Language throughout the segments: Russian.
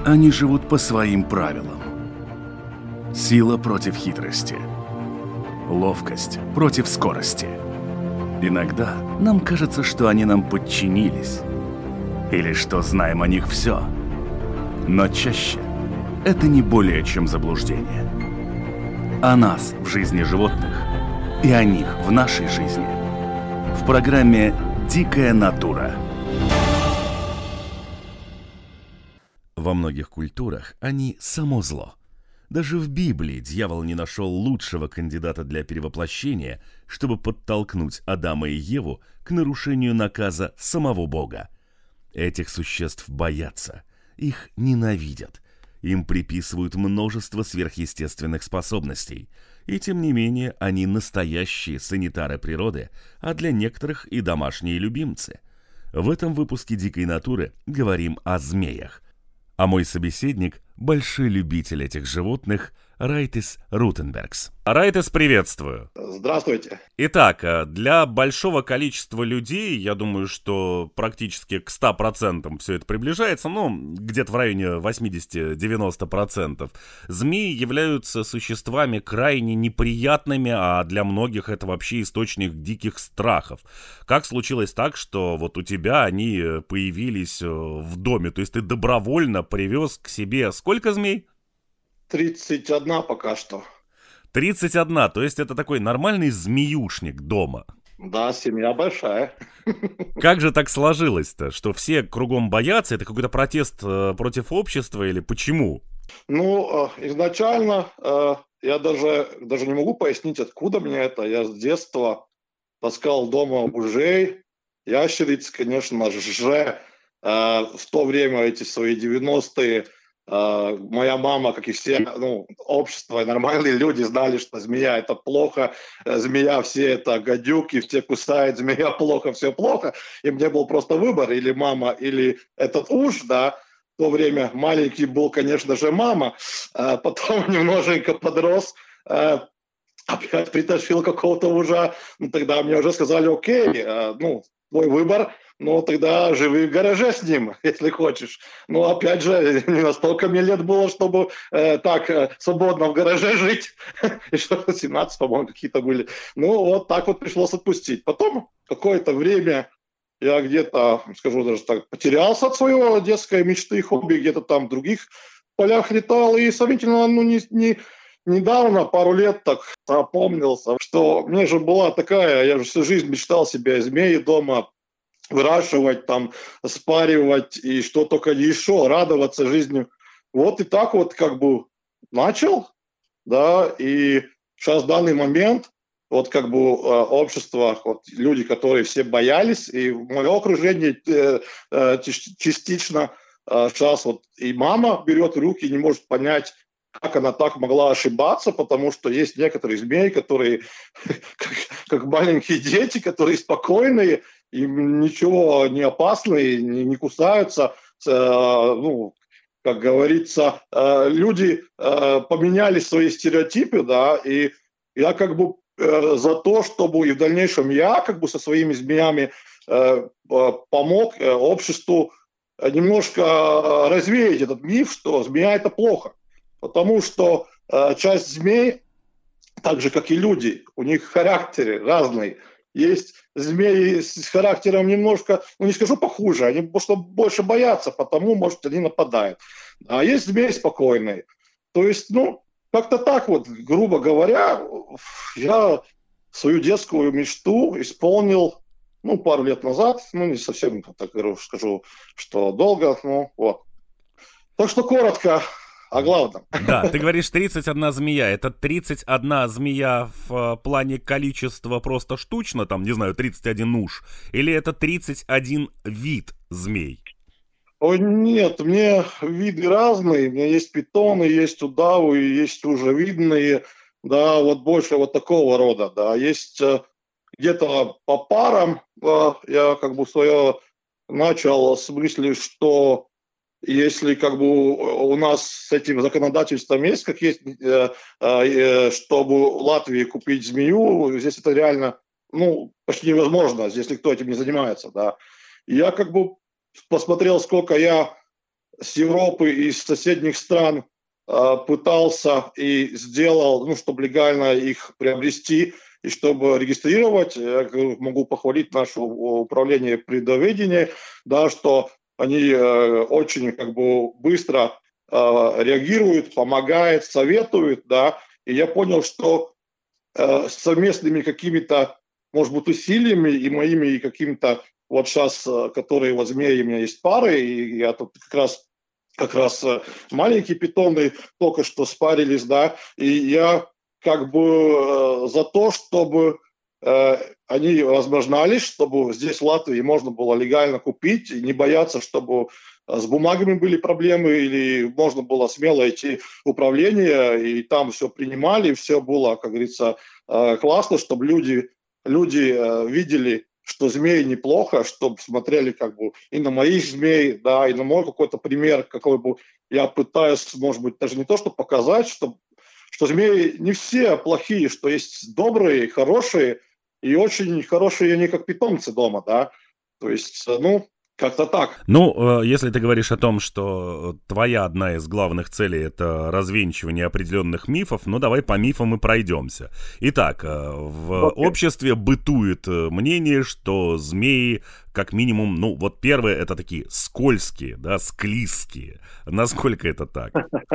Они живут по своим правилам. Сила против хитрости. Ловкость против скорости. Иногда нам кажется, что они нам подчинились. Или что знаем о них все. Но чаще это не более чем заблуждение. О нас в жизни животных и о них в нашей жизни. В программе «Дикая натура». Во многих культурах они само зло. Даже в Библии дьявол не нашел лучшего кандидата для перевоплощения, чтобы подтолкнуть Адама и Еву к нарушению наказа самого Бога. Этих существ боятся, их ненавидят, им приписывают множество сверхъестественных способностей, и тем не менее они настоящие санитары природы, а для некоторых и домашние любимцы. В этом выпуске «Дикой натуры» говорим о змеях. А мой собеседник – большой любитель этих животных Райтис Рутенбергс. Райтис, приветствую. Здравствуйте. Итак, для большого количества людей, я думаю, что практически к 100% все это приближается, где-то в районе 80-90%, змеи являются существами крайне неприятными, а для многих это вообще источник диких страхов. Как случилось так, что вот у тебя они появились в доме, то есть ты добровольно привез к себе сколько змей? 31 пока что. 31, то есть это такой нормальный змеюшник дома. Да, семья большая. Как же так сложилось-то, что все кругом боятся? Это какой-то протест против общества или почему? Изначально я даже не могу пояснить, откуда мне это. Я с детства таскал дома ужей, ящериц, конечно же. В то время, эти свои 90-е, моя мама, как и все, общество и нормальные люди знали, что змея – это плохо, змея все это гадюки, все кусают, змея плохо, все плохо. И мне был просто выбор, или мама, или этот уж, да. В то время маленький был, конечно же, мама, потом немножечко подрос, опять притащил какого-то ужа. Тогда мне уже сказали: окей, твой выбор, тогда живи в гараже с ним, если хочешь. Опять же, не настолько мне лет было, чтобы так свободно в гараже жить. Еще 17, по-моему, какие-то были. Вот так вот пришлось отпустить. Потом какое-то время я где-то, скажу даже так, потерялся от своего детской мечты и хобби, где-то там в других полях летал. И сомнительно, недавно, пару лет так опомнился, что мне же была такая, я же всю жизнь мечтал себе змеи дома выращивать, там, спаривать и что только еще, радоваться жизни. Вот и так вот как бы начал, да, и сейчас в данный момент вот как бы общество, вот люди, которые все боялись, и в моем окружении частично сейчас вот и мама берет в руки, не может понять, как она так могла ошибаться, потому что есть некоторые змеи, которые как маленькие дети, которые спокойные, им ничего не опасно, не кусаются. Как говорится, люди поменяли свои стереотипы, да, и я как бы за то, чтобы и в дальнейшем я как бы со своими змеями помог обществу немножко развеять этот миф, что змея – это плохо. Потому что часть змей, так же как и люди, у них характеры разные. Есть змеи с характером немножко, не скажу похуже, они просто больше боятся, потому, может, они нападают. А есть змеи спокойные. То есть, как-то так вот, грубо говоря, я свою детскую мечту исполнил, пару лет назад, не совсем так скажу, что долго, вот. Так что коротко о главном. Да, ты говоришь 31 змея. Это 31 змея в плане количества просто штучно, там, не знаю, 31 уж? Или это 31 вид змей? Ой, нет, мне виды разные. У меня есть питоны, есть удавы, есть ужевидные. Да, вот больше вот такого рода. Да, есть где-то по парам. Я как бы свое начал с мысли, что если как бы у нас с этим законодательством есть, как есть, чтобы в Латвии купить змею, здесь это реально, почти невозможно, если кто этим не занимается, да. И я как бы посмотрел, сколько я с Европы и из соседних стран пытался и сделал, ну, чтобы легально их приобрести и чтобы регистрировать. Я могу похвалить наше управление предведения, да, что они очень как бы быстро реагируют, помогают, советуют, да. И я понял, что совместными какими-то, может быть, усилиями и моими, и какими-то вот сейчас, которые вот змеи, у меня есть пары, и я тут как раз маленькие питоны только что спарились, да, и я как бы за то, чтобы они размножались, чтобы здесь в Латвии можно было легально купить и не бояться, чтобы с бумагами были проблемы, или можно было смело идти в управление, и там все принимали, все было, как говорится, классно, чтобы люди видели, что змеи неплохо, чтобы смотрели как бы и на моих змей, да, и на мой какой-то пример, какой бы я пытаюсь, может быть, даже не то, что показать, что змеи не все плохие, что есть добрые, хорошие, и очень хорошие они как питомцы дома, да. То есть, ну, как-то так. Ну, если ты говоришь о том, что твоя одна из главных целей — это развенчивание определенных мифов, ну, давай по мифам и пройдемся. Итак, в Окей. обществе бытует мнение, что змеи, как минимум, ну, вот первые — это такие скользкие, да, склизкие. Насколько это так?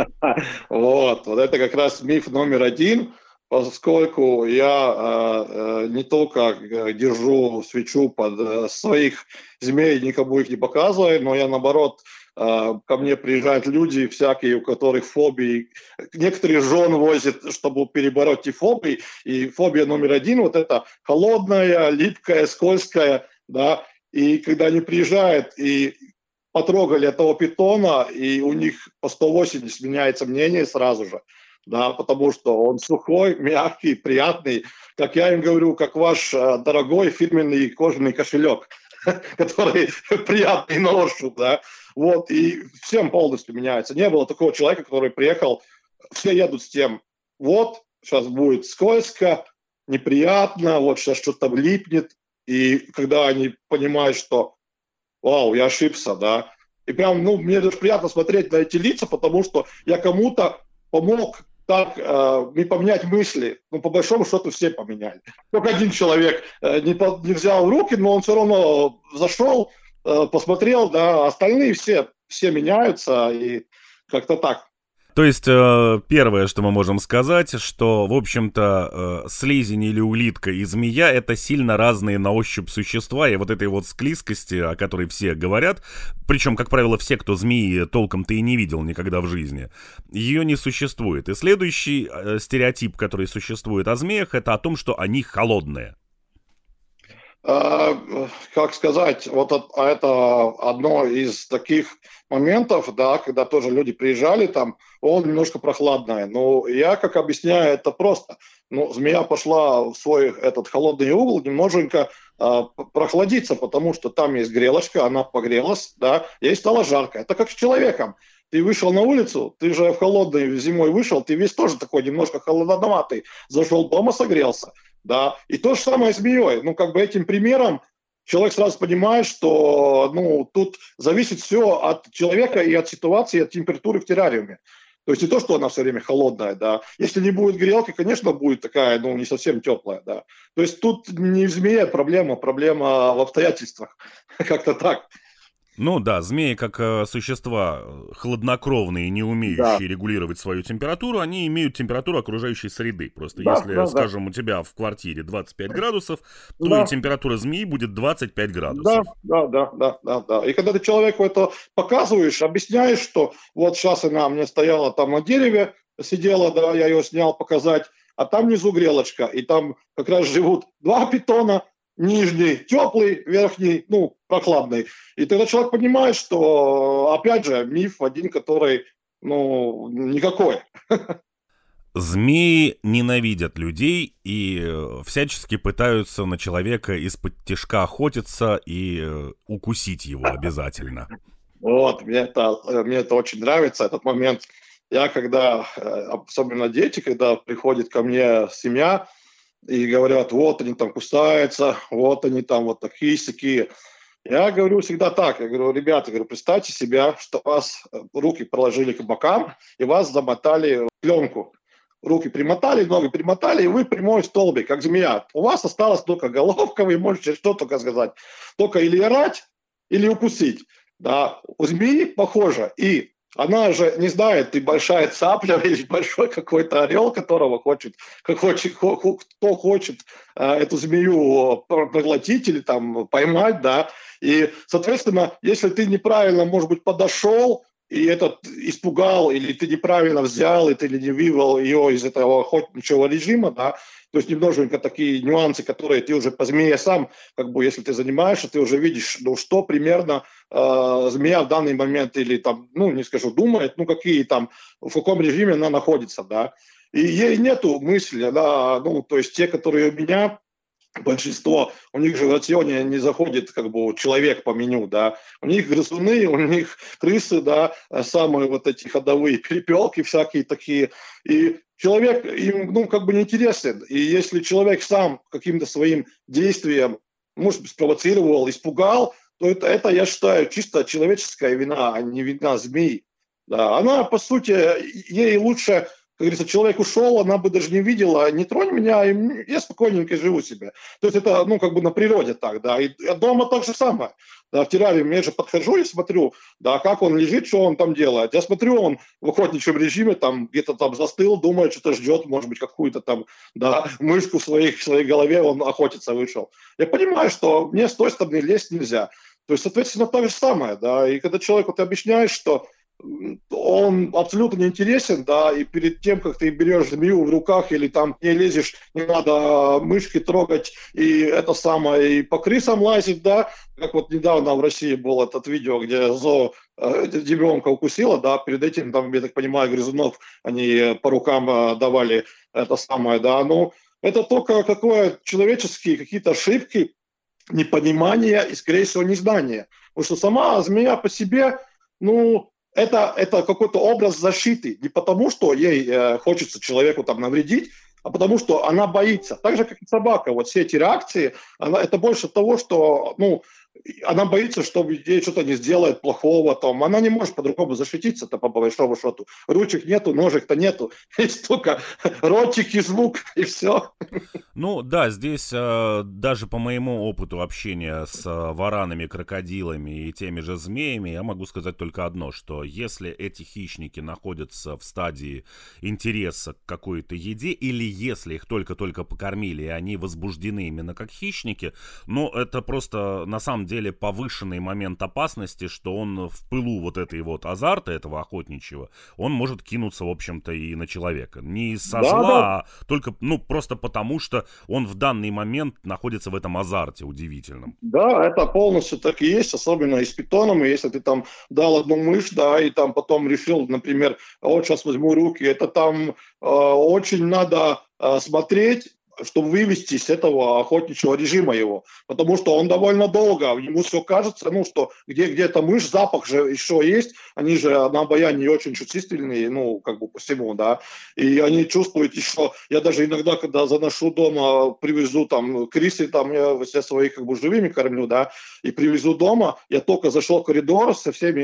Вот это как раз миф номер один, поскольку я не только держу свечу под своих змей, никому их не показываю, но я наоборот, ко мне приезжают люди всякие, у которых фобии. Некоторые жен возят, чтобы перебороть эти фобии. И фобия номер один вот это холодная, липкая, скользкая, да. И когда они приезжают и потрогали этого питона, и у них по 180 меняется мнение сразу же, да, потому что он сухой, мягкий, приятный, как я им говорю, как ваш дорогой фирменный кожаный кошелек, который приятный на ощупь, да, вот, и всем полностью меняется. Не было такого человека, который приехал, все едут с тем, вот, сейчас будет скользко, неприятно, вот сейчас что-то липнет, и когда они понимают, что вау, я ошибся, да. И прям, ну, мне даже приятно смотреть на эти лица, потому что я кому-то помог так не поменять мысли. Ну, по большому счету, все поменяли. Только один человек не взял в руки, но он все равно зашел, посмотрел, да, остальные все меняются, и как-то так. То есть, первое, что мы можем сказать, что, в общем-то, слизень или улитка и змея — это сильно разные на ощупь существа, и вот этой вот склизкости, о которой все говорят, причем, как правило, все, кто змеи толком-то и не видел никогда в жизни, ее не существует. И следующий стереотип, который существует о змеях, это о том, что они холодные. А, как сказать, вот это одно из таких моментов, да, когда тоже люди приезжали там, он немножко прохладное. Но я как объясняю, это просто. Ну, змея пошла в свой этот холодный угол немножечко прохладиться, потому что там есть грелочка, она погрелась, да, ей стало жарко. Это как с человеком. Ты вышел на улицу, ты же в холодной зимой вышел, ты весь тоже такой немножко холодноватый. Зашел дома, согрелся. Да, и то же самое с змеей. Ну, как бы этим примером человек сразу понимает, что, ну, тут зависит все от человека и от ситуации, от температуры в террариуме. То есть не то, что она все время холодная, да. Если не будет грелки, конечно, будет такая, ну, не совсем теплая, да. То есть тут не в змее проблема, проблема в обстоятельствах. Как-то так. Ну да, змеи, как существа хладнокровные, не Да, умеющие регулировать свою температуру, они имеют температуру окружающей среды. Просто да, если, да, да, скажем, у тебя в квартире 25 градусов, то и да. температура змеи будет 25 Да, градусов. да, да, да, да, да. И когда ты человеку это показываешь, объясняешь, что вот сейчас она мне стояла там на дереве, сидела, да, я ее снял показать, а там внизу грелочка, и там как раз живут два питона, нижний теплый, верхний, ну, прохладный. И тогда человек понимает, что, опять же, миф один, который, ну, никакой. Змеи ненавидят людей и всячески пытаются на человека из-под тишка охотиться и укусить его обязательно. Вот, мне это очень нравится, этот момент. Я когда, особенно дети, когда приходит ко мне семья и говорят, вот они там кусаются, вот они там вот такие-сякие. Я говорю всегда так, я говорю, ребята, говорю, представьте себя, что вас руки проложили к бокам и вас замотали в пленку. Руки примотали, ноги примотали, и вы прямой столбик, как змея. У вас осталась только головка, вы можете что только сказать. Только или орать, или укусить. Да, у змеи похоже. И она же не знает, ты большая цапля или большой какой-то орел, которого хочет, кто хочет эту змею проглотить или там поймать, да. И, соответственно, если ты неправильно, может быть, подошел, и этот испугал, или ты неправильно взял, и ты не вывел ее из этого охотничьего режима, да, то есть немножечко такие нюансы, которые ты уже по змее сам, как бы, если ты занимаешься, ты уже видишь, ну, что примерно змея в данный момент или там, ну, не скажу, думает, ну, какие там, в каком режиме она находится, да. И ей нету мысли, да, ну, то есть те, которые у меня, большинство, у них же в рационе не заходит как бы человек по меню, да, у них грызуны, у них крысы, да, самые вот эти ходовые перепелки всякие такие, и человек им, ну, как бы не интересен, и если человек сам каким-то своим действием, может быть, спровоцировал, испугал, то это, я считаю, чисто человеческая вина, а не вина змей. Да. Она, по сути, ей лучше, как говорится, человек ушел, она бы даже не видела, не тронь меня, и я спокойненько живу себе. То есть это, ну, как бы на природе так, да. И дома так же самое. Да, в террариуме я же подхожу и смотрю, да, как он лежит, что он там делает. Я смотрю, он в охотничьем режиме там где-то там застыл, думает, что-то ждет, может быть, какую-то там, да, мышку в своей голове, он охотиться вышел. Я понимаю, что мне с той стороны лезть нельзя. То есть, соответственно, то же самое, да. И когда человеку ты объясняешь, что он абсолютно не интересен, да, и перед тем, как ты берешь змею в руках или там не лезешь, не надо мышки трогать, и это самое, и по крысам лазить, да, как вот недавно в России был этот видео, где ребенка укусила, да, перед этим, там, я так понимаю, грызунов они по рукам давали это самое, да, ну, это только какое человеческие какие-то ошибки, непонимание и, скорее всего, незнание. Потому что сама змея по себе, ну, это какой-то образ защиты. Не потому, что ей хочется человеку там навредить, а потому что она боится. Так же, как и собака. Вот все эти реакции, это больше того, что, ну, она боится, что ей что-то не сделает плохого. Там. Она не может по-другому защититься-то, по большому счету. Ручек нету, ножек-то нету. Есть только ротик и звук, и все. Ну да, здесь даже по моему опыту общения с варанами, крокодилами и теми же змеями, я могу сказать только одно, что если эти хищники находятся в стадии интереса к какой-то еде, или если их только-только покормили, и они возбуждены именно как хищники, ну это просто на самом деле повышенный момент опасности, что он в пылу вот этой вот азарта, этого охотничьего, он может кинуться, в общем-то, и на человека. Не со Да, да. зла, а только, ну, просто потому, что он в данный момент находится в этом азарте удивительном. Да, это полностью так и есть, особенно и с питоном. И если ты там дал одну мышь, да, и там потом решил, например, вот сейчас возьму руки, это там очень надо смотреть, чтобы вывести из этого охотничьего режима его. Потому что он довольно долго, ему все кажется, ну, что где-то мышь, запах же еще есть, они же на обаяние очень чувствительные, ну, как бы по всему, да, и они чувствуют еще, я даже иногда, когда заношу дома, привезу там крисы, там я все свои как бы живыми кормлю, да, и привезу дома, я только зашел в коридор со всеми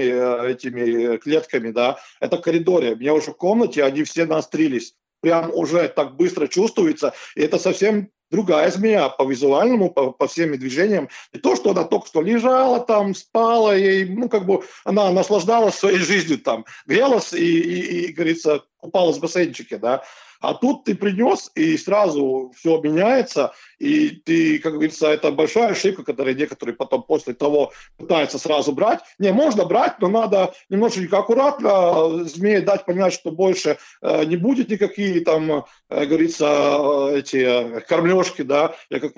этими клетками, да, это в коридоре, у меня уже в комнате, они все наострились, прям уже так быстро чувствуется, и это совсем другая змея по визуальному, по всем движениям. Не то, что она только что лежала там, спала, и, ну, как бы она наслаждалась своей жизнью там, грелась и говорится, купалась в бассейнчике, да. А тут ты принес, и сразу все меняется, и ты, как говорится, это большая ошибка, которую некоторые потом после того пытаются сразу брать. Не, можно брать, но надо немножечко аккуратно змее дать понять, что больше не будет никакие там, говорится, эти кормлежки, да,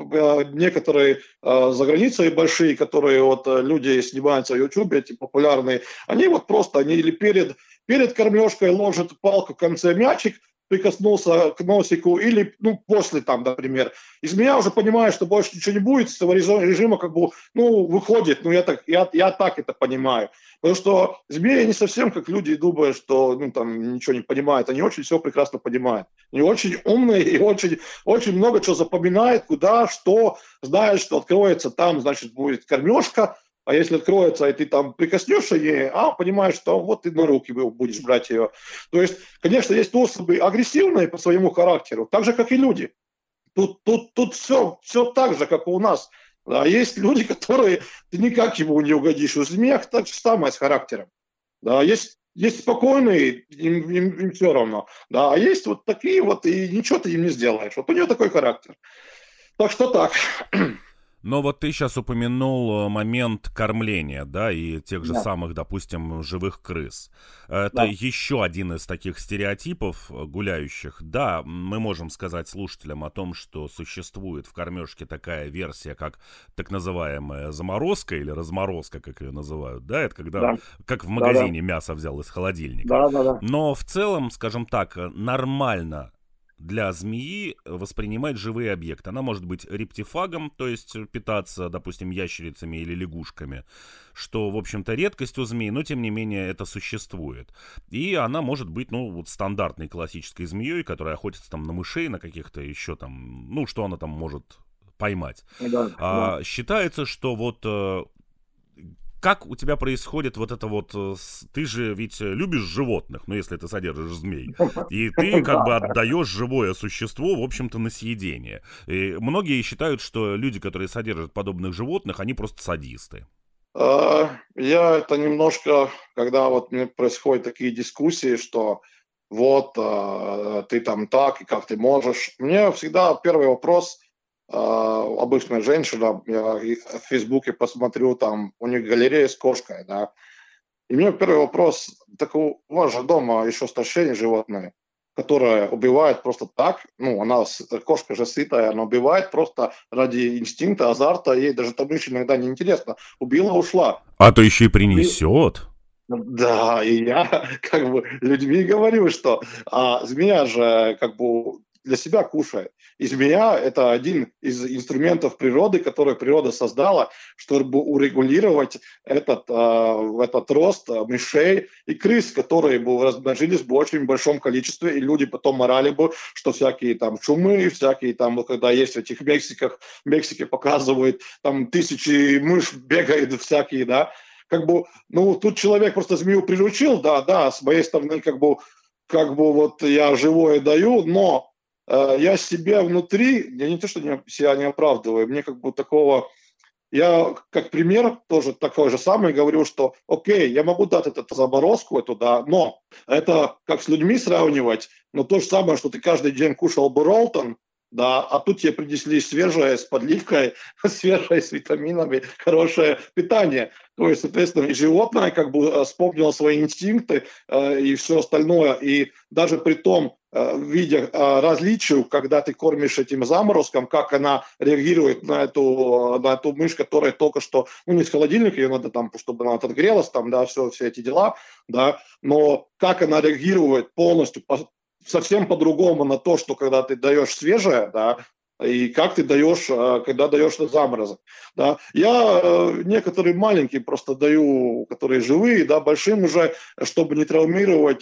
некоторые за границей большие, которые вот люди снимаются в YouTube, эти популярные, они вот просто, они или перед кормлежкой ложат палку в конце мячик, прикоснулся к носику, или, ну, после там, например. И змея уже понимает, что больше ничего не будет, с этого режима как бы, ну, выходит, ну, я так это понимаю. Потому что змеи не совсем как люди думают, что, ну, там, ничего не понимают, они очень все прекрасно понимают. Они очень умные и очень, очень много чего запоминают, куда, что, знают, что откроется там, значит, будет кормежка, А если откроется, и ты там прикоснешься ей, понимаешь, что вот ты на руки будешь брать ее. То есть, конечно, есть особи агрессивные по своему характеру, так же, как и люди. Тут все так же, как у нас. А есть люди, которые ты никак ему не угодишь. У змеях так же самое с характером. Да, есть спокойные, им все равно. Да, а есть вот такие вот, и ничего ты им не сделаешь. Вот у нее такой характер. Так что так. Но вот ты сейчас упомянул момент кормления, да, и тех же Да. самых, допустим, живых крыс. Это Да. еще один из таких стереотипов гуляющих. Да, мы можем сказать слушателям о том, что существует в кормежке такая версия, как так называемая заморозка или разморозка, как ее называют, да, это когда, Да. как в Да, магазине мясо взял из холодильника. да, да, да. Но в целом, скажем так, нормально для змеи воспринимать живые объекты. Она может быть рептифагом, то есть питаться, допустим, ящерицами или лягушками, что, в общем-то, редкость у змей, но, тем не менее, это существует. И она может быть, ну, вот стандартной классической змеей, которая охотится там на мышей, на каких-то еще там, ну, что она там может поймать. Да, да. Считается, что вот как у тебя происходит вот это вот... Ты же ведь любишь животных, ну, если ты содержишь змей. И ты как бы отдаешь живое существо, в общем-то, на съедение. И многие считают, что люди, которые содержат подобных животных, они просто садисты. Я это немножко, когда вот мне происходят такие дискуссии, что вот ты там так, и как ты можешь. Мне всегда первый вопрос, обычная женщина, я в Фейсбуке посмотрю, там у них галерея с кошкой, да. И мне первый вопрос, так у вас же дома еще старшее животное, которое убивает просто так, ну, кошка же сытая, она убивает просто ради инстинкта, азарта, ей даже таблица иногда неинтересно. Убила, ушла. А то еще и принесет. Да, и я как бы людьми говорю, что змея же как бы для себя кушает. И змея – это один из инструментов природы, который природа создала, чтобы урегулировать этот рост мышей и крыс, которые бы размножились в очень большом количестве, и люди потом орали бы, что всякие там чумы, всякие там, когда есть в этих Мексике показывают, там тысячи мышь бегают всякие, да, как бы, ну, тут человек просто змею приручил, да, с моей стороны, как бы вот я живое даю, но я себе внутри, я не то, что себя не оправдываю, мне как бы такого, я как пример тоже такой же самый говорю, что окей, я могу дать эту заморозку, да, но это как с людьми сравнивать, но то же самое, что ты каждый день кушал бы роллтон, да, а тут тебе принесли свежее с подливкой, свежее с витаминами, хорошее питание. То есть, соответственно, и животное как бы вспомнило свои инстинкты и все остальное. И даже при том, видя различию, когда ты кормишь этим заморозком, как она реагирует на эту мышь, которая только что, ну, не с холодильника, ее надо там, чтобы она отогрелась, там, да, все эти дела, да, но как она реагирует полностью, совсем по-другому на то, что когда ты даешь свежее, да, и как ты даешь, когда даешь на заморозок. Да. Я некоторым маленьким просто даю, которые живые, да, большим уже, чтобы не травмировать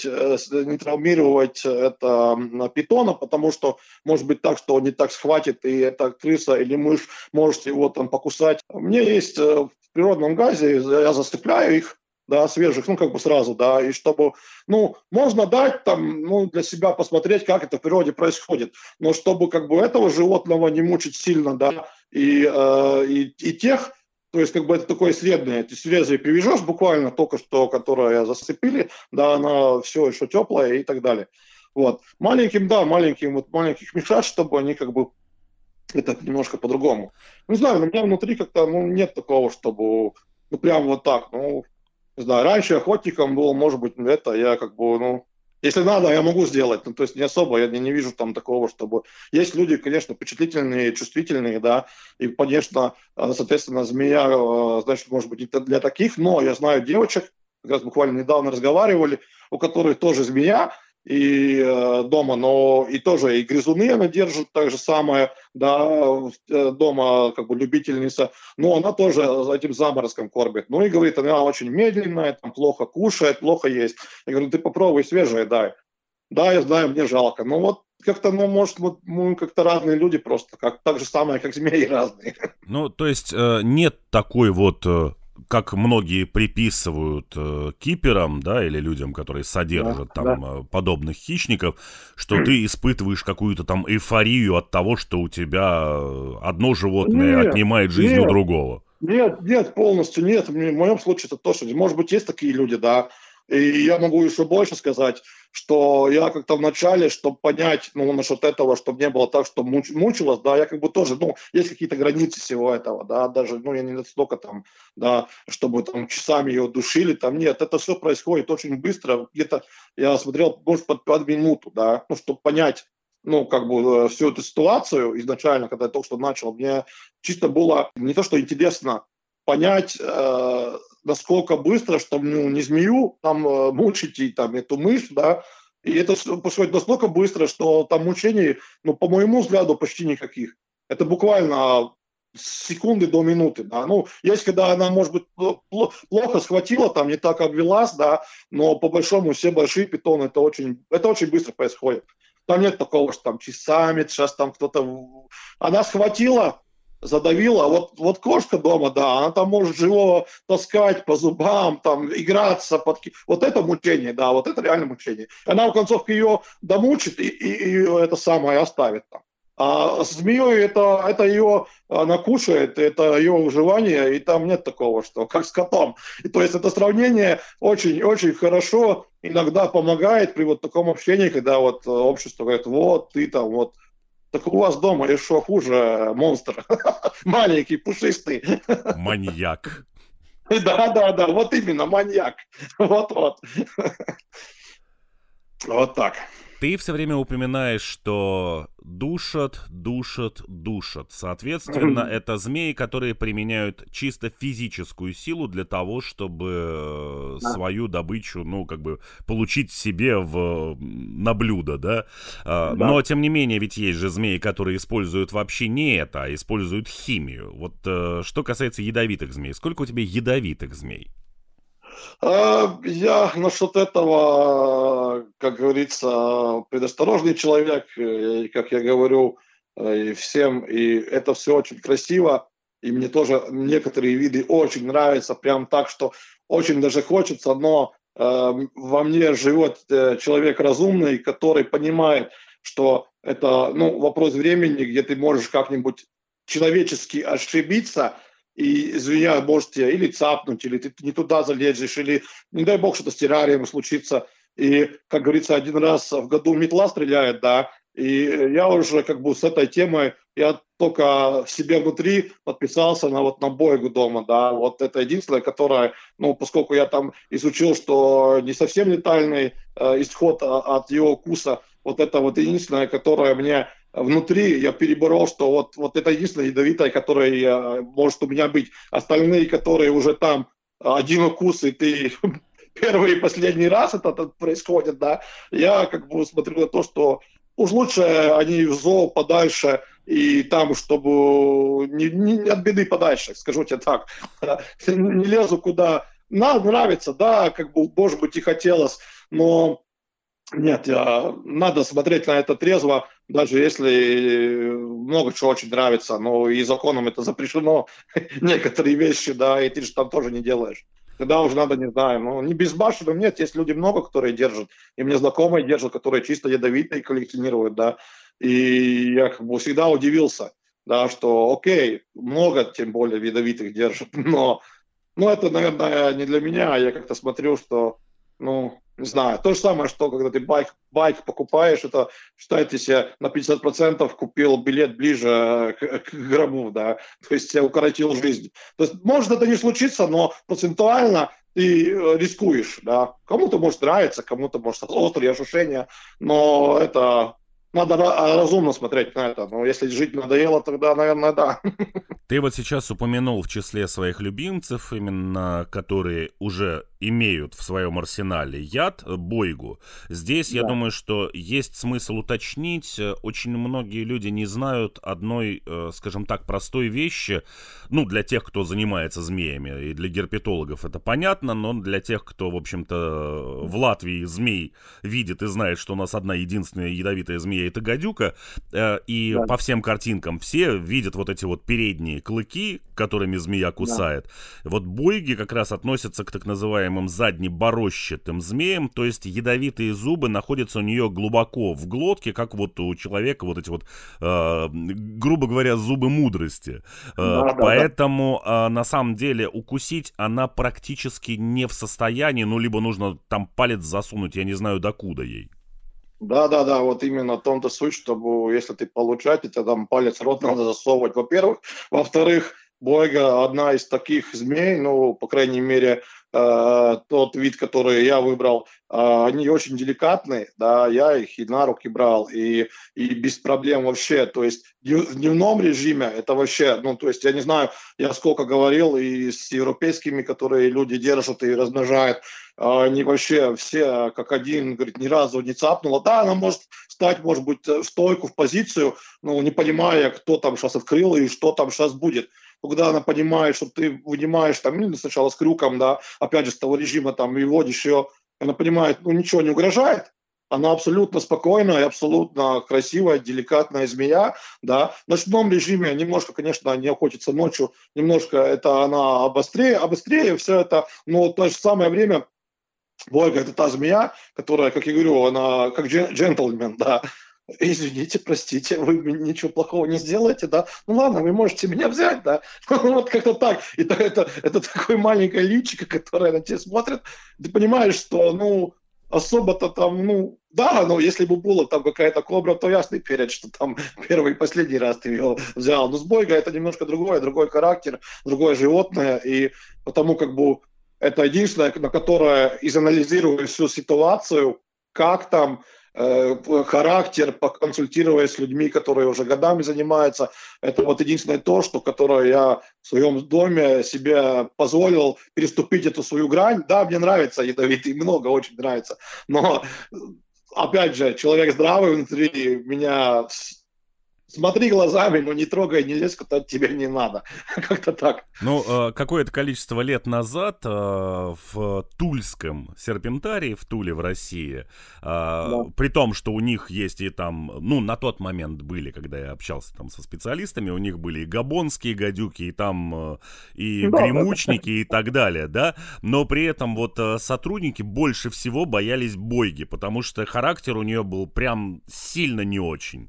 это питона, потому что может быть так, что он не так схватит, и эта крыса или мышь может его там покусать. У меня есть в природном газе, я засыпляю их, да, свежих, ну, как бы сразу, да, и чтобы, ну, можно дать там, ну, для себя посмотреть, как это в природе происходит, но чтобы как бы этого животного не мучить сильно, да, и тех, то есть как бы это такое среднее, ты свежие привяжешь буквально только что, которое засыпили, да, она все еще теплая и так далее. Вот. Маленьких мешать, чтобы они как бы это немножко по-другому. Не знаю, у меня внутри как-то, ну, нет такого, чтобы, ну, прям вот так, ну, не знаю, раньше охотником был, может быть, это я как бы, ну, если надо, я могу сделать. Ну, то есть не особо, я не вижу там такого, чтобы... Есть люди, конечно, впечатлительные, чувствительные, да, и, конечно, соответственно, змея, значит, может быть, не для таких, но я знаю девочек, как раз буквально недавно разговаривали, у которых тоже змея, и дома, но и тоже и грызуны она держит, так же самое, да, дома как бы любительница, но она тоже этим заморозком кормит. Ну и говорит, она очень медленная, там плохо кушает, плохо есть. Я говорю, ты попробуй свежее дай. Да, я знаю, мне жалко. Но вот как-то, ну, может, вот мы как-то разные люди просто, как так же самое, как змеи разные. Ну, то есть нет такой вот как многие приписывают киперам, да, или людям, которые содержат подобных хищников, что ты испытываешь какую-то там эйфорию от того, что у тебя одно животное отнимает жизнь у другого. Нет, полностью нет. В моем случае это тоже. Может быть, есть такие люди, да. И я могу еще больше сказать, что я как-то в начале, чтобы понять, насчет этого, чтобы не было так, что мучилось, да, я как бы тоже, есть какие-то границы всего этого, да, даже, я не настолько там, да, чтобы там часами ее душили, там, нет, это все происходит очень быстро, где-то, я смотрел, может, под минуту, да, чтобы понять, всю эту ситуацию изначально, когда я только что начал, мне чисто было не то, что интересно, понять, насколько быстро, чтобы не змею там мучить и там эту мышь, да, и это происходит настолько быстро, что там мучений, по моему взгляду, почти никаких. Это буквально с секунды до минуты, да. Есть, когда она, может быть, плохо схватила, там не так обвелась, да, но по большому все большие питоны, это очень быстро происходит. Там нет такого, что там часами, сейчас там кто-то... Она схватила, задавила. Вот кошка дома, да, она там может живого таскать по зубам, там, играться. Вот это мучение, да, вот это реально мучение. Она в концовке ее домучит и это самое оставит там. А с змеей это ее, она кушает, это ее выживание, и там нет такого, что как с котом. И то есть это сравнение очень-очень хорошо иногда помогает при вот таком общении, когда вот общество говорит, вот ты там вот, так у вас дома еще хуже монстр, маленький, пушистый. Маньяк. Да, вот именно, маньяк. Вот. Вот так. Ты все время упоминаешь, что душат. Соответственно, это змеи, которые применяют чисто физическую силу для того, чтобы свою добычу, получить себе на блюдо, да? Но, тем не менее, ведь есть же змеи, которые используют вообще не это, а используют химию. Вот что касается ядовитых змей. Сколько у тебя ядовитых змей? Я насчет этого, как говорится, предосторожный человек, и, как я говорю, и всем, и это все очень красиво, и мне тоже некоторые виды очень нравятся, прям так, что очень даже хочется, но во мне живет человек разумный, который понимает, что это вопрос времени, где ты можешь как-нибудь человечески ошибиться, и змея может тебя или цапнуть, или ты не туда залезешь, или, не дай бог, что-то с террарием случится. И, как говорится, один раз в году метла стреляет, да, и я уже с этой темой, я только себе внутри подписался на Бойгу дома, да, вот это единственное, которое, поскольку я там изучил, что не совсем летальный исход от ее укуса, вот это вот единственное, которое мне внутри я переборол, что вот это единственное ядовитое, которое может у меня быть. Остальные, которые уже там один укус, и ты первый и последний раз это происходит, да, я смотрю на то, что уж лучше они в зоо подальше, и там, чтобы не от беды подальше, скажу тебе так, не лезу куда. Нравится, да, может быть, и хотелось, но нет, надо смотреть на это трезво, даже если много чего очень нравится, но и законом это запрещено, некоторые вещи, да, и ты же там тоже не делаешь. Тогда уже надо, не знаю, не безбашенным, нет, есть люди много, которые держат, и мне знакомые держат, которые чисто ядовитые коллекционируют, да, и я всегда удивился, да, что окей, много, тем более, ядовитых держат, но это, наверное, не для меня, я как-то смотрю, что, не знаю, то же самое, что когда ты байк покупаешь, это считай, ты себе на 50% купил билет ближе к гробу, да, то есть тебе укоротил жизнь. То есть может это не случиться, но процентуально ты рискуешь, да. Кому-то может нравиться, кому-то может острые ощущения, но это надо разумно смотреть на это. Но если жить надоело, тогда, наверное, да. Ты вот сейчас упомянул в числе своих любимцев, именно которые уже имеют в своем арсенале яд, бойгу. Здесь, я Да, думаю, что есть смысл уточнить. Очень многие люди не знают одной, скажем так, простой вещи. Ну, для тех, кто занимается змеями, и для герпетологов это понятно, но для тех, кто, в общем-то, в Латвии змей видит и знает, что у нас одна единственная ядовитая змея — это гадюка, и да, по всем картинкам все видят вот эти вот передние клыки, которыми змея да, кусает. Вот бойги как раз относятся к так называемым заднебородчатым змеям, то есть ядовитые зубы находятся у нее глубоко в глотке, как вот у человека вот эти вот, грубо говоря, зубы мудрости. да, да, да. Поэтому на самом деле укусить она практически не в состоянии, ну, либо нужно там палец засунуть, я не знаю, докуда ей. Да, да, да, вот именно в том-то суть, чтобы если ты получать, это там палец в рот надо засовывать, во-первых. Во-вторых, бойга одна из таких змей, ну, по крайней мере, тот вид, который я выбрал, они очень деликатные, да, я их и на руки брал, и без проблем вообще. То есть в дневном режиме это вообще, ну, то есть я не знаю, я сколько говорил и с европейскими, которые люди держат и размножают, они вообще все как один, говорит, ни разу не цапнула. Да, она может встать, может быть, в стойку, в позицию, ну, не понимая, кто там сейчас открыл и что там сейчас будет. Когда она понимает, что ты вынимаешь там, ну, сначала с крюком, да, опять же, с того режима там, и вводишь ее, она понимает, ну, ничего не угрожает, она абсолютно спокойная, абсолютно красивая, деликатная змея, да. В ночном режиме немножко, конечно, не охотится ночью, немножко это она обострее все это, но в то же самое время Бойко — это та змея, которая, как я говорю, она как джентльмен, да. Извините, простите, вы мне ничего плохого не сделаете, да? Ну ладно, вы можете меня взять, да? Вот как-то так. И это такое маленькое личико, которое на тебя смотрит. Ты понимаешь, что, ну, особо-то там, ну, да, но если бы была там какая-то кобра, то ясный перед, что там первый и последний раз ты ее взял. Но с Бойко это немножко другое, другой характер, другое животное, и потому как бы это единственное, на которое, изанализируя всю ситуацию, как там характер, поконсультируясь с людьми, которые уже годами занимаются, это вот единственное то, что, которое я в своем доме себе позволил переступить эту свою грань. Да, мне нравится ядовитый, много очень нравится, но опять же, человек здравый внутри меня, смотри глазами, но не трогай, не лезь, куда тебе не надо. Как-то так. Ну, какое-то количество лет назад в Тульском серпентарии, в Туле, в России, Да. при том, что у них есть и там, ну, на тот момент были, когда я общался там со специалистами, у них были и габонские гадюки, и там и Да, да, да. гремучники и так далее, да, но при этом вот сотрудники больше всего боялись бойги, потому что характер у нее был прям сильно не очень.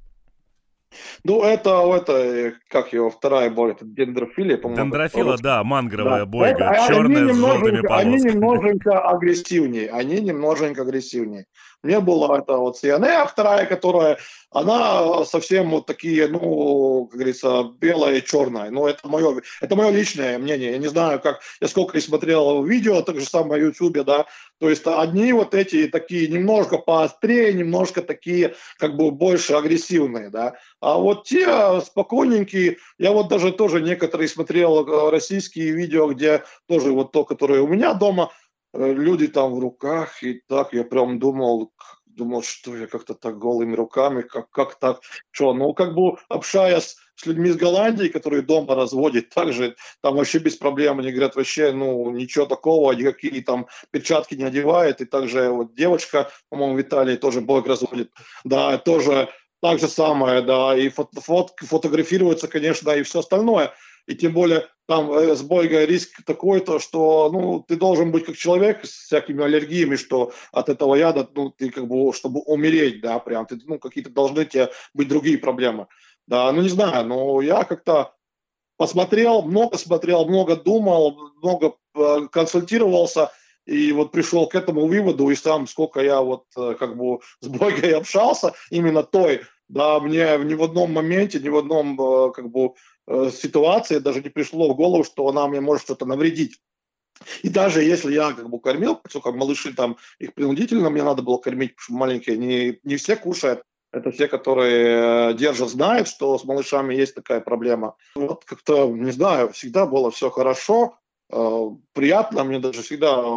Ну, это, как его, вторая боль, это дендрофилия, по-моему, это Дендрофила, по-русски. да, Да. мангровая Это, бойга, черная с желтыми они полосками. немножечко агрессивнее, они немножечко агрессивнее. Мне была это вот Сианея вторая, которая, она совсем вот такие, ну, как говорится, белая и черная. Ну, это мое личное мнение. Я не знаю, как, я сколько и смотрел видео, так же самое на YouTube, да. То есть одни вот эти такие немножко поострее, немножко такие, как бы больше агрессивные, да. А вот те спокойненькие, я вот даже тоже некоторые смотрел российские видео, где тоже вот то, которое у меня дома, люди там в руках, и так я прям думал, что я как-то так голыми руками, как так, что, ну, как бы общаясь с людьми из Голландии, которые дома разводят, также там вообще без проблем, они говорят, вообще, ну, ничего такого, никакие там перчатки не одевает, и также вот девочка, по-моему, в Италии тоже бойк разводит, да, тоже так же самое, да, и фотографируется, конечно, и все остальное, и тем более там с бойгой риск такой, то, что, ну, ты должен быть как человек с всякими аллергиями, что от этого яда, ну, ты как бы, чтобы умереть, да, прям, ты, ну, какие-то должны тебе быть другие проблемы. Да, ну, не знаю, но я как-то смотрел, много думал, много консультировался, и вот пришел к этому выводу, и сам, сколько я вот как бы с Бойгой общался, именно той, да, мне ни в одном моменте, ни в одном как бы ситуации даже не пришло в голову, что она мне может что-то навредить. И даже если я как бы кормил, как малыши там, их принудительно мне надо было кормить, потому что маленькие, не все кушают. Это все, которые держат, знают, что с малышами есть такая проблема. Вот как-то, не знаю, всегда было все хорошо, приятно. Мне даже всегда вот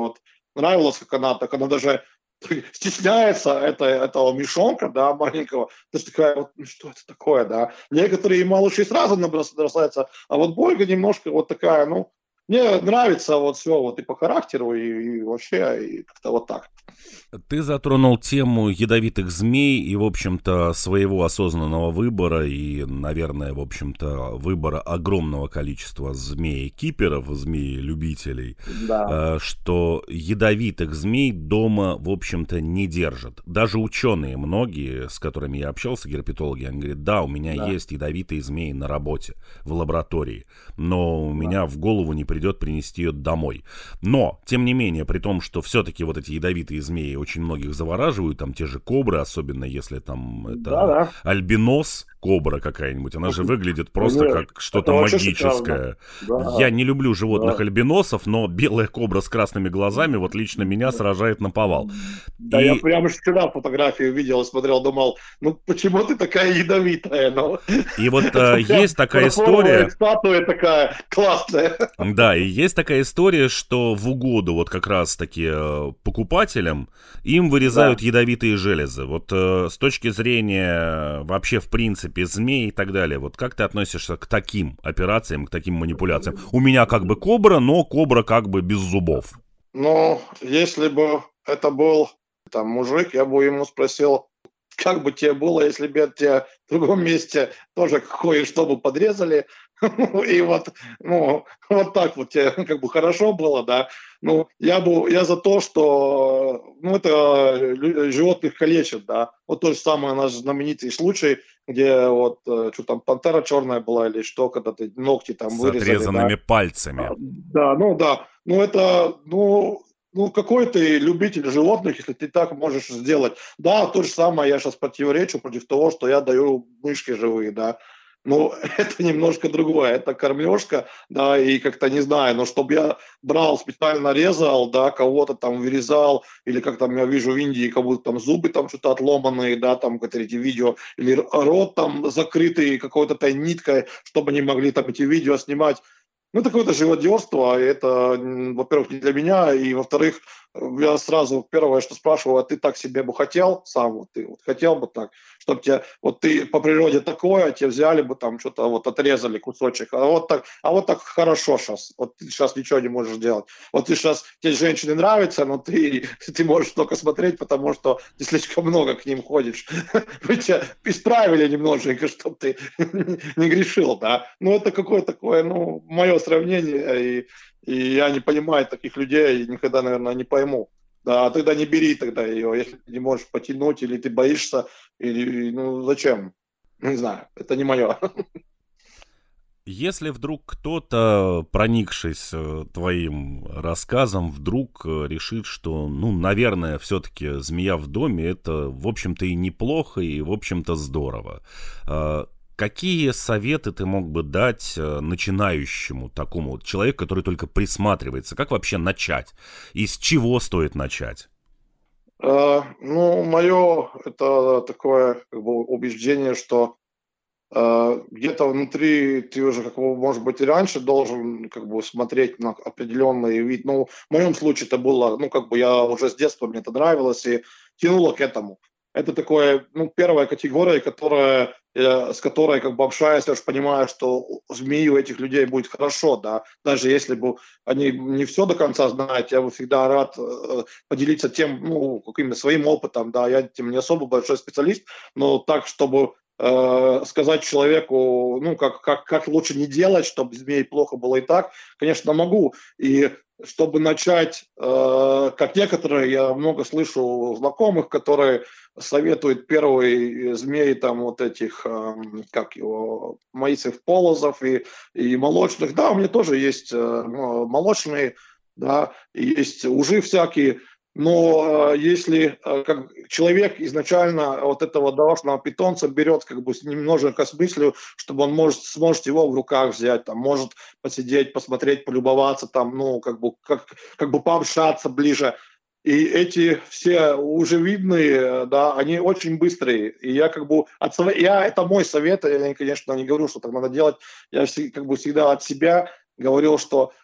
нравилось, как она, так она даже стесняется этого мешонка, да, маленького. То есть такая вот, ну что это такое, да. Некоторые малыши сразу бросаются, а вот Бойко немножко вот такая, ну, мне нравится вот все вот и по характеру, и вообще, и как-то вот так. Ты затронул тему ядовитых змей и, в общем-то, своего осознанного выбора и, наверное, в общем-то, выбора огромного количества змей-киперов, змей-любителей, Да, что ядовитых змей дома, в общем-то, не держат. Даже ученые многие, с которыми я общался, герпетологи, они говорят, да, у меня да, есть ядовитые змеи на работе, в лаборатории, но у да. меня в голову не придет принести ее домой. Но, тем не менее, при том, что все-таки вот эти ядовитые змеи очень многих завораживают, там те же кобры, особенно если там Да, это да. альбинос кобра какая-нибудь, она же выглядит просто Конечно. как Это что-то вообще шикарно. магическое. Да, Я не люблю животных да. альбиносов, но белая кобра с красными глазами вот лично меня сражает на повал. Да, я И прямо вчера фотографию видел и смотрел, думал, ну почему ты такая ядовитая? Ну, И вот это прям есть такая фарфоровая история, статуя такая классная. да, и есть такая история, что в угоду вот как раз-таки покупателям им вырезают Да. ядовитые железы. Вот с точки зрения вообще в принципе змей и так далее, вот как ты относишься к таким операциям, к таким манипуляциям? У меня как бы кобра, но кобра как бы без зубов. Но если бы это был там мужик, я бы ему спросил, как бы тебе было, если бы тебя в другом месте тоже кое-что бы подрезали, и вот, ну, вот так вот тебе как бы хорошо было, да. Ну, я за то, что, ну, это животных калечат, да. Вот то же самое наш знаменитый случай, где вот, что там, пантера черная была или что, когда ты ногти там С вырезали, да. отрезанными пальцами. Да, ну да. Ну это, ну какой ты любитель животных, если ты так можешь сделать. Да, то же самое я сейчас противоречу против того, что я даю мышки живые, да. Ну, это немножко другое. Это кормежка, да, и как-то не знаю, но чтобы я брал, специально резал, да, кого-то там вырезал, или как там я вижу в Индии, как будто там зубы там что-то отломанные, да, там какие-то эти видео, или рот там закрытый какой-то ниткой, чтобы они могли там эти видео снимать. Ну, это какое-то живодерство, и это, во-первых, не для меня, и, во-вторых, я сразу первое, что спрашиваю, а ты так себе бы хотел сам, вот ты вот хотел бы так, чтобы тебе, вот ты по природе такое, а тебе взяли бы там что-то, вот отрезали кусочек, а вот так хорошо сейчас, вот ты сейчас ничего не можешь делать. Вот ты сейчас, тебе женщины нравятся, но ты можешь только смотреть, потому что ты слишком много к ним ходишь. Вы тебя исправили немножечко, чтобы ты не грешил, да. Ну, это какое-то такое, ну, мое сравнение, и я не понимаю таких людей, и никогда, наверное, не пойму. Да, а тогда не бери тогда ее, если ты не можешь потянуть, или ты боишься, или, ну, зачем? Не знаю, это не мое. Если вдруг кто-то, проникшись твоим рассказом, вдруг решит, что, ну, наверное, все-таки змея в доме это, в общем-то, и неплохо, и, в общем-то, здорово. Какие советы ты мог бы дать начинающему такому вот человеку, который только присматривается? Как вообще начать? И с чего стоит начать? Ну, мое это такое как бы убеждение, что где-то внутри ты уже, как бы, может быть, и раньше должен как бы смотреть на определенный вид. Ну, в моем случае это было, ну, как бы я уже с детства, мне это нравилось и тянуло к этому. Это такое, ну, первая категория, с которой, как бы, общаясь, я уж понимаю, что змеи у этих людей будет хорошо, да, даже если бы они не все до конца знают, я бы всегда рад поделиться тем, ну, каким-то своим опытом, да, я тем не особо большой специалист, но так, чтобы сказать человеку, ну, как лучше не делать, чтобы змей плохо было и так, конечно, могу. И чтобы начать, как некоторые, я много слышу знакомых, которые советуют первый змей там вот этих, как его, маисов полозов и молочных. Да, у меня тоже есть молочные, да, и есть ужи всякие, но если как человек изначально вот этого домашнего питомца берет как бы немножко с мыслью, чтобы он сможет его в руках взять, там, может посидеть, посмотреть, полюбоваться, там, ну, как бы пообщаться ближе. И эти все уже видные, да, они очень быстрые. И я как бы это мой совет, я, конечно, не говорю, что так надо делать. Я как бы всегда от себя говорил, что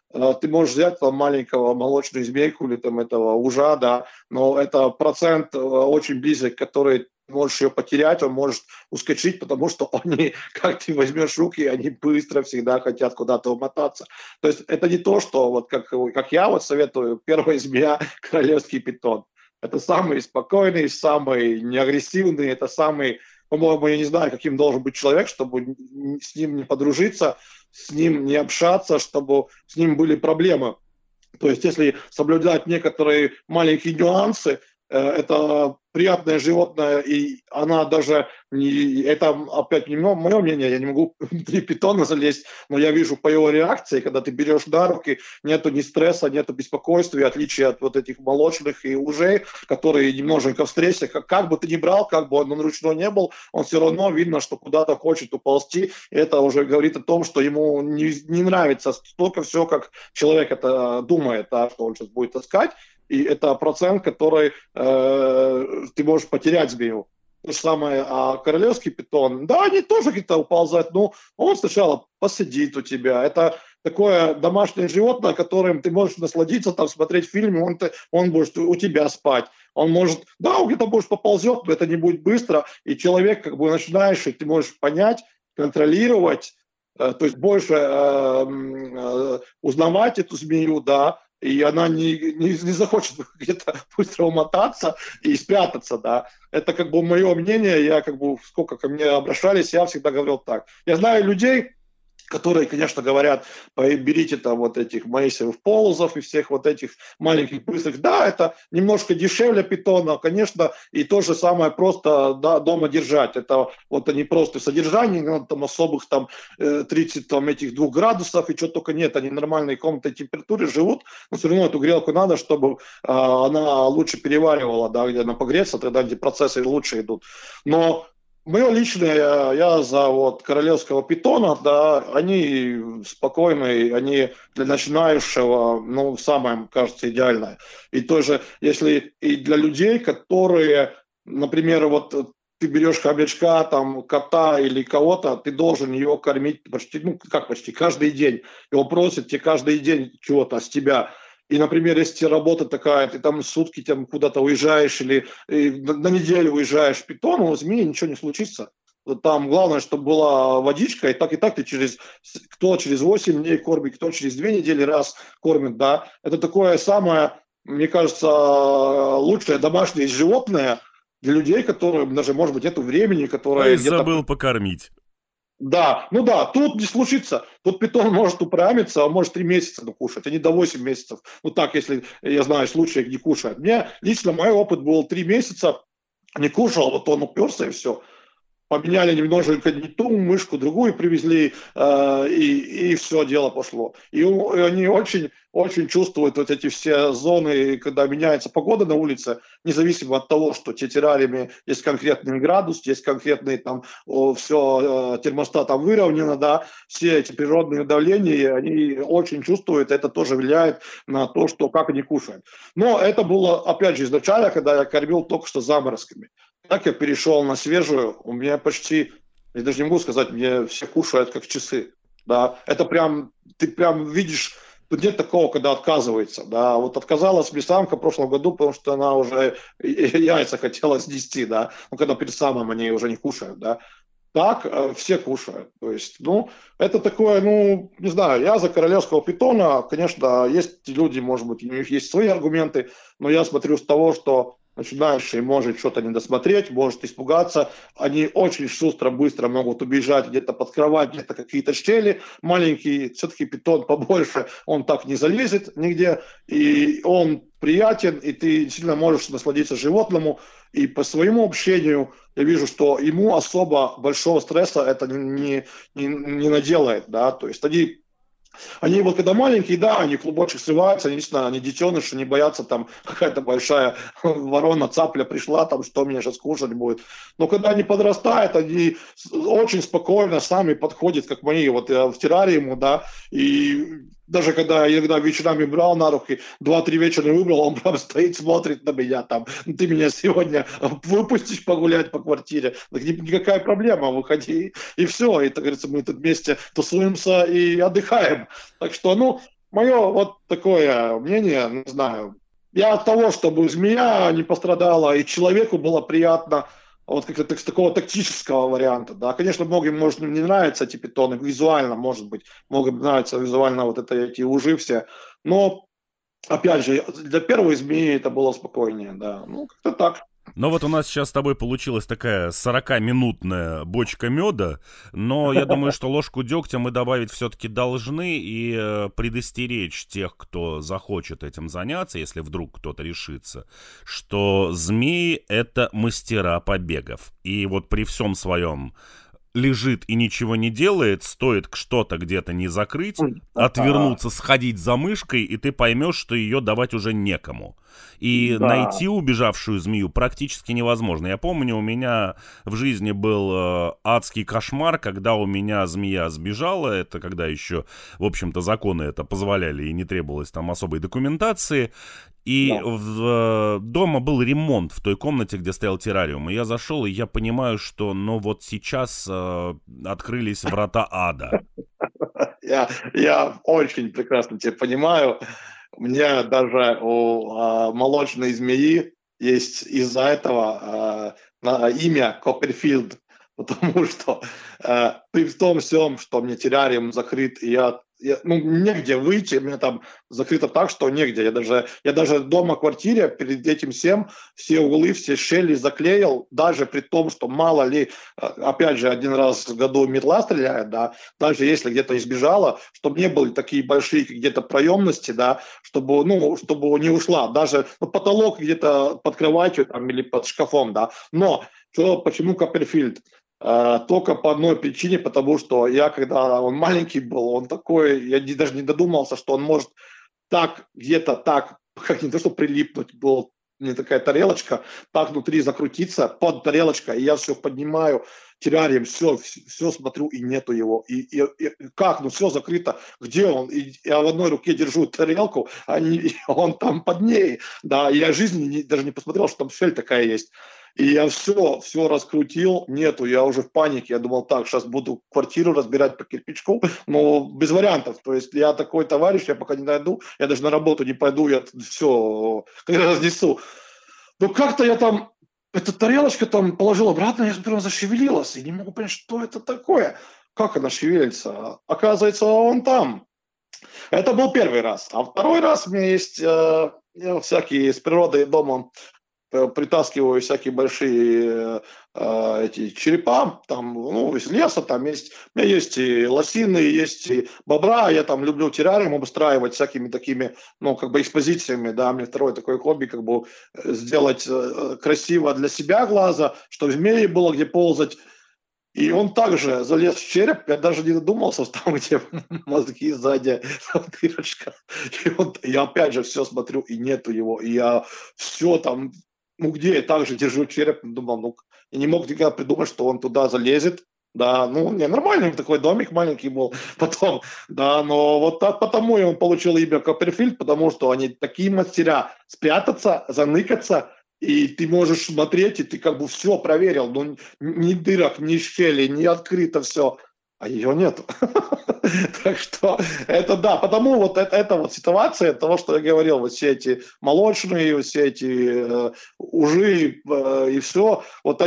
ты можешь взять там маленького молочную змейку или там этого ужа, да, но это процент очень близок, который можешь ее потерять, он может ускочить, потому что они, как ты возьмешь руки, они быстро всегда хотят куда-то умотаться. То есть это не то, что вот как я вот советую, первая змея — королевский питон. Это самый спокойный, самый неагрессивный, это самый, по-моему, я не знаю, каким должен быть человек, чтобы с ним не подружиться, с ним не общаться, чтобы с ним были проблемы. То есть если соблюдать некоторые маленькие нюансы, это приятное животное, и она даже не, это опять не мое мнение, я не могу внутри питона залезть, но я вижу по его реакции, когда ты берешь на руки, нету ни стресса, нету беспокойства, в отличие от вот этих молочных и ужей, которые немножечко в стрессе, как бы ты ни брал, как бы он ручной не был, он все равно видно, что куда-то хочет уползти, и это уже говорит о том, что ему не нравится столько все, как человек это думает, да, что он сейчас будет искать, и это процент, который ты можешь потерять змею. То же самое, а королевский питон, да, они тоже где-то уползают, но он сначала посидит у тебя. Это такое домашнее животное, которым ты можешь насладиться, там, смотреть фильм, он будет у тебя спать. Он может, да, он где-то может поползет, но это не будет быстро, и человек как бы начинаешь, и ты можешь понять, контролировать, то есть больше узнавать эту змею, да, и она не захочет где-то быстро умотаться и спрятаться, да. Это как бы мое мнение, я как бы, сколько ко мне обращались, я всегда говорил так. Я знаю людей, которые, конечно, говорят, берите там вот этих Мейсовых полозов и всех вот этих маленьких быстрых. Да, это немножко дешевле питона, конечно, и то же самое просто, да, дома держать. Это вот они просто содержание, не надо там особых там 30 там этих 2 градусов и что только нет, они в нормальной комнатной температуре живут, но все равно эту грелку надо, чтобы она лучше переваривала, да, где она погреется, тогда эти процессы лучше идут. Но мое личное, я за вот королевского питона, да, они спокойные, они для начинающего, ну, самое, кажется, идеальное. И тоже, если и для людей, которые, например, вот ты берешь хомячка, там, кота или кого-то, ты должен его кормить почти, ну, как почти, каждый день. Его просят тебе каждый день чего-то с тебя. И, например, если тебе работа такая, ты там сутки там куда-то уезжаешь или на неделю уезжаешь в питон, у змеи ничего не случится. Там главное, чтобы была водичка, и так ты кто через 8 дней кормит, кто через 2 недели раз кормит, да. Это такое самое, мне кажется, лучшее домашнее животное для людей, которым даже, может быть, нету времени, которые где-то... забыл покормить. Да, ну да, тут не случится. Тут питон может упрямиться, он может 3 месяца кушать, а не до 8 месяцев. Ну так, если я знаю случаи, где кушают. Мне лично мой опыт был 3 месяца, не кушал, вот он уперся и все. Поменяли немножечко не ту мышку, другую привезли, и все, дело пошло. И они очень, очень чувствуют вот эти все зоны, когда меняется погода на улице, независимо от того, что те террариуме есть конкретный градус, есть конкретный там, все, термостат там выровнено, да, все эти природные давления, они очень чувствуют, это тоже влияет на то, что, как они кушают. Но это было, опять же, изначально, когда я кормил только что заморозками. Так я перешел на свежую, у меня почти, я даже не могу сказать, мне все кушают как часы, да, это прям, ты прям видишь, тут нет такого, когда отказывается, да, вот отказалась самка в прошлом году, потому что она уже яйца хотела снести, да, ну, когда перед самым они уже не кушают, да, так все кушают, то есть, ну, это такое, ну, не знаю, я за королевского питона, конечно, есть люди, может быть, у них есть свои аргументы, но я смотрю с того, что начинающий может что-то не досмотреть, может испугаться. Они очень шустро, быстро могут убежать где-то под кровать, где-то какие-то щели. Маленький, все-таки питон побольше, он так не залезет нигде. И он приятен, и ты действительно можешь насладиться животному. И по своему общению я вижу, что ему особо большого стресса это не наделает. Да? То есть они вот когда маленькие, да, они клубочек срываются, они детеныши, не боятся, там какая-то большая ворона, цапля пришла, там что меня сейчас кушать будет. Но когда они подрастают, они очень спокойно сами подходят, как мои, вот я в террариуму, да, и даже когда я иногда вечерами брал на руки, 2-3 вечера выбрал, он прям стоит, смотрит на меня там, ты меня сегодня выпустишь погулять по квартире, так никакая проблема, выходи, и все, и, так говорится, мы тут вместе тусуемся и отдыхаем. Так что, ну, мое вот такое мнение, не знаю. Я от того, чтобы змея не пострадала и человеку было приятно, вот как-то с такого тактического варианта, да. Конечно, многим, может, не нравятся эти питоны, визуально, может быть, многим нравятся визуально вот эти ужи все, но, опять же, для первой змеи это было спокойнее, да. Ну, как-то так. Но вот у нас сейчас с тобой получилась такая 40-минутная бочка меда, но я думаю, что ложку дегтя мы добавить все-таки должны и предостеречь тех, кто захочет этим заняться, если вдруг кто-то решится, что змеи — это мастера побегов. И вот при всем своем лежит и ничего не делает, стоит что-то где-то не закрыть, отвернуться, сходить за мышкой, и ты поймешь, что ее давать уже некому. И Да. найти убежавшую змею практически невозможно. Я помню, у меня в жизни был адский кошмар, когда у меня змея сбежала. Это когда еще, в общем-то, законы это позволяли и не требовалось там особой документации. И Да. дома был ремонт в той комнате, где стоял террариум. И я зашел, и я понимаю, что, ну, вот сейчас открылись врата ада. Я очень прекрасно тебя понимаю. У меня даже у молочной змеи есть из-за этого имя Копперфильд, потому что при том всем, что мне террариум закрыт, и ну, негде выйти, у меня там закрыто так, что негде. Я даже дома в квартире перед этим всем все углы, все щели заклеил, даже при том, что мало ли, опять же, один раз в году метла стреляет, да, даже если где-то избежала, чтобы не были такие большие где-то проемности, да, чтобы не ушла. Даже потолок где-то под кроватью там, или под шкафом, да. Но почему Копперфильд? Только по одной причине, потому что я, когда он маленький был, он такой, даже не додумался, что он может так где-то так, как не то, что прилипнуть, был не такая тарелочка, так внутри закрутиться под тарелочкой, и я все поднимаю, террарием, все смотрю, и нету его. И как? Ну все закрыто. Где он? И я в одной руке держу тарелку, он там под ней. Да, я в жизни даже не посмотрел, что там щель такая есть. И я все раскрутил, нету, я уже в панике, я думал, так, сейчас буду квартиру разбирать по кирпичку, но без вариантов, то есть я такой товарищ, я пока не найду, я даже на работу не пойду, я все разнесу. Ну как-то я там, эта тарелочка там положил обратно, я смотрю, она зашевелилась, и не могу понять, что это такое, как она шевелится, оказывается, он там. Это был первый раз, а второй раз у меня есть всякие с природы дома притаскиваю всякие большие эти черепа, там, ну, из леса, там есть, у меня есть и лосины, есть и бобра, я там люблю террариум обустраивать всякими такими, ну, как бы экспозициями, да, мне второе такое хобби, как бы сделать красиво для себя глаза, чтобы змеи было где ползать. И он также залез в череп, я даже не додумался, там, где мозги сзади, там дырочка. Я опять же все смотрю, и нету его. И я все там, ну где, я также держу череп, думал, ну, я не мог никогда придумать, что он туда залезет. Да, ну, не, нормальный такой домик маленький был потом, да, но вот так, потому и он получил имя Копперфильд, потому что они такие мастера спрятаться, заныкаться, и ты можешь смотреть, и ты как бы все проверил, ну, ни дырок, ни щели, ни открыто все, а ее нет. Так что это да, потому вот это вот ситуация того, что я говорил, вот все эти молочные, все эти ужи и все, вот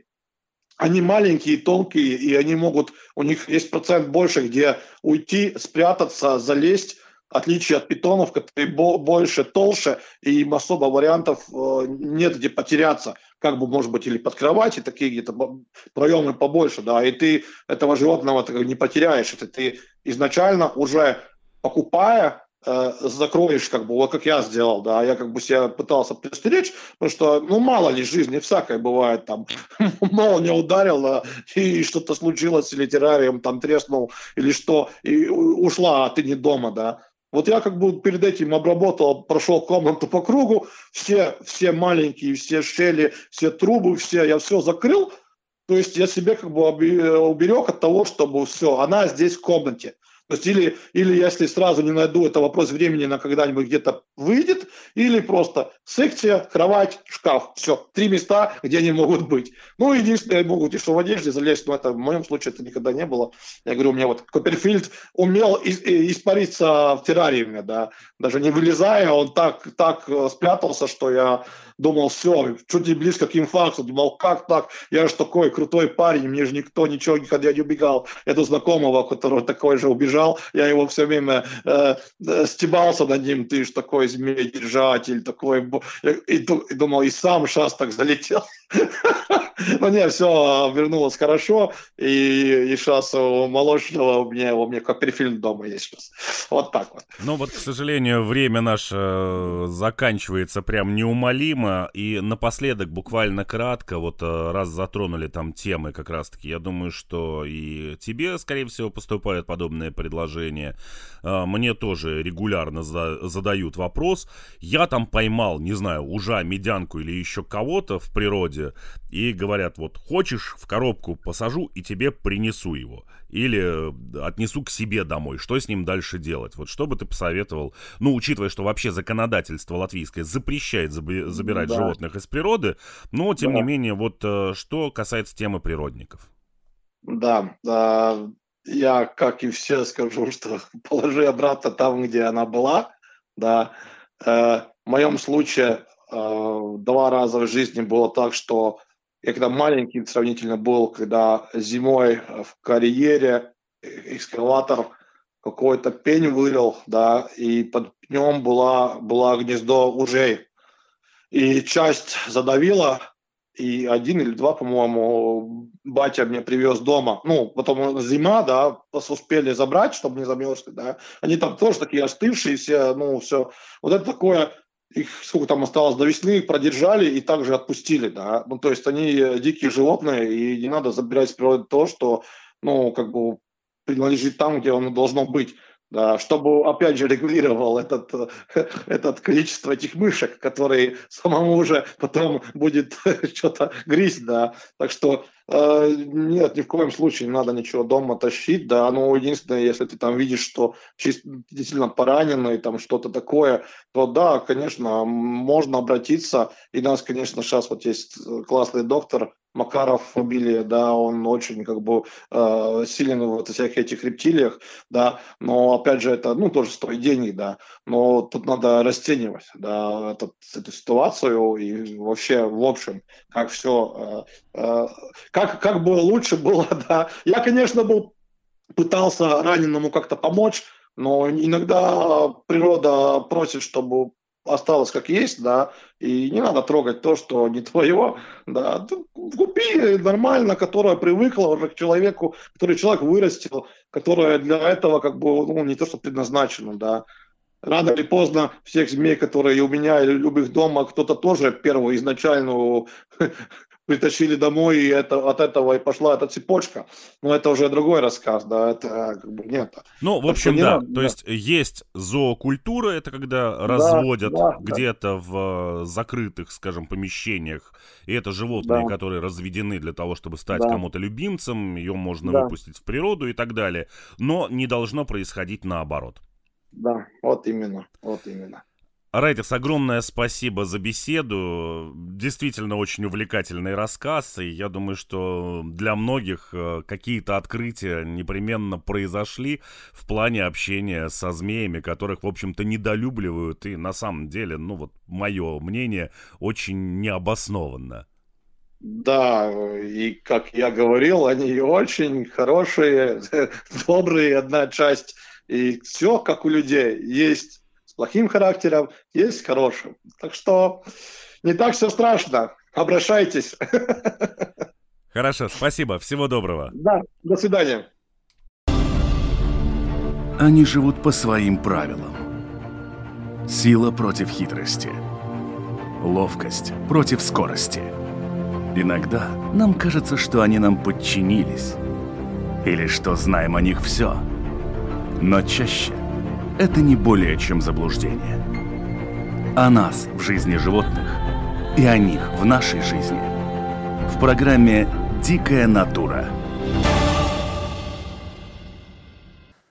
они маленькие, тонкие, и они могут, у них есть процент больше, где уйти, спрятаться, залезть, в отличие от питонов, которые больше, толще, и им особо вариантов нет, где потеряться. Как бы, может быть, или под кровати, такие где-то проемы побольше, да, и ты этого животного не потеряешь. Это ты изначально уже покупая, закроешь, как бы, вот как я сделал, да, я как бы себя пытался предостеречь, потому что, ну, мало ли, в жизни всякое бывает, там, молния ударила, и что-то случилось, или террариум там треснул, или что, и ушла, а ты не дома, да. Вот я как бы перед этим обработал, прошел комнату по кругу, все маленькие, все щели, все трубы, я все закрыл, то есть я себе как бы уберег от того, чтобы все, она здесь в комнате. То есть или если сразу не найду, это вопрос времени, на когда-нибудь где-то выйдет, или просто секция, кровать, шкаф. Все, 3 места, где они могут быть. Ну, единственное, могут еще в одежде залезть, но это в моем случае это никогда не было. Я говорю, у меня вот Копперфильд умел испариться в террариуме, да, даже не вылезая, он так спрятался, что я думал, все, чуть не близко к инфаркту, думал, как так, я же такой крутой парень, мне же никто ничего никогда не убегал. Я тут знакомого, который такой же убежал, я его все время стебался над ним, ты же такой змей-держатель, такой, и думал, и сам сейчас так залетел. Но не, все вернулось хорошо, и сейчас у молочного у меня Копперфильд дома есть сейчас. Вот так вот. Ну вот, к сожалению, время наше заканчивается прям неумолимо, и напоследок, буквально кратко, вот раз затронули там темы как раз-таки, я думаю, что и тебе, скорее всего, поступают подобные предложения. Мне тоже регулярно задают вопрос. Я там поймал, не знаю, ужа, медянку или еще кого-то в природе, и говорят, вот хочешь, в коробку посажу и тебе принесу его. Или отнесу к себе домой. Что с ним дальше делать? Вот что бы ты посоветовал? Ну, учитывая, что вообще законодательство латвийское запрещает забирать животных из природы, но, тем не менее, вот что касается темы природников. Да, я, как и все, скажу, что положи обратно там, где она была. Да. В моем случае 2 раза в жизни было так, что я когда маленький сравнительно был, когда зимой в карьере экскаватор какой-то пень вырыл, да, и под пнем было гнездо ужей. И часть задавила, и 1 или 2, по-моему, батя мне привез дома. Ну, потом зима, да, успели забрать, чтобы не замерзли, да. Они там тоже такие остывшие все, ну, все. Вот это такое... Их сколько там осталось до весны, их продержали и также отпустили, да. Ну, то есть они дикие животные, и не надо забирать с природы то, что, ну, как бы принадлежит там, где оно должно быть. Да, чтобы, опять же, регулировал этот количество этих мышек, которые самому уже потом будет что-то грызть, да. Так что нет, ни в коем случае не надо ничего дома тащить, да. Ну, единственное, если ты там видишь, что действительно пораненный, там что-то такое, то да, конечно, можно обратиться. И у нас, конечно, сейчас вот есть классный доктор, Макаров фамилия, да, он очень как бы силен в всяких этих рептилиях, да, но опять же это, ну, тоже стоит денег, да, но тут надо расценивать, да, эту ситуацию и вообще в общем, как все, как бы лучше было, да. Я, конечно, пытался раненому как-то помочь, но иногда природа просит, чтобы осталось как есть, да, и не надо трогать то, что не твое, да, купи нормально, которая привыкла уже к человеку, который человек вырастил, которая для этого как бы, ну, не то, что предназначена, да. Рано или поздно всех змей, которые и у меня, или любых дома, кто-то тоже первую изначальную притащили домой, и от этого и пошла эта цепочка. Но это уже другой рассказ, да, это как бы нет. Ну, в общем, да, то есть есть зоокультура, это когда разводят где-то в закрытых, скажем, помещениях, и это животные, которые разведены для того, чтобы стать кому-то любимцем, ее можно выпустить в природу и так далее, но не должно происходить наоборот. Да, вот именно, вот именно. Райтис, огромное спасибо за беседу. Действительно очень увлекательный рассказ. И я думаю, что для многих какие-то открытия непременно произошли в плане общения со змеями, которых, в общем-то, недолюбливают. И на самом деле, ну вот мое мнение, очень необоснованно. Да, и как я говорил, они очень хорошие, добрые, одна часть. И все, как у людей, есть с плохим характером, есть с хорошим. Так что не так все страшно. Обращайтесь. Хорошо, спасибо. Всего доброго. Да, до свидания. Они живут по своим правилам. Сила против хитрости. Ловкость против скорости. Иногда нам кажется, что они нам подчинились. Или что знаем о них все. Но чаще это не более чем заблуждение. О нас в жизни животных и о них в нашей жизни. В программе «Дикая натура».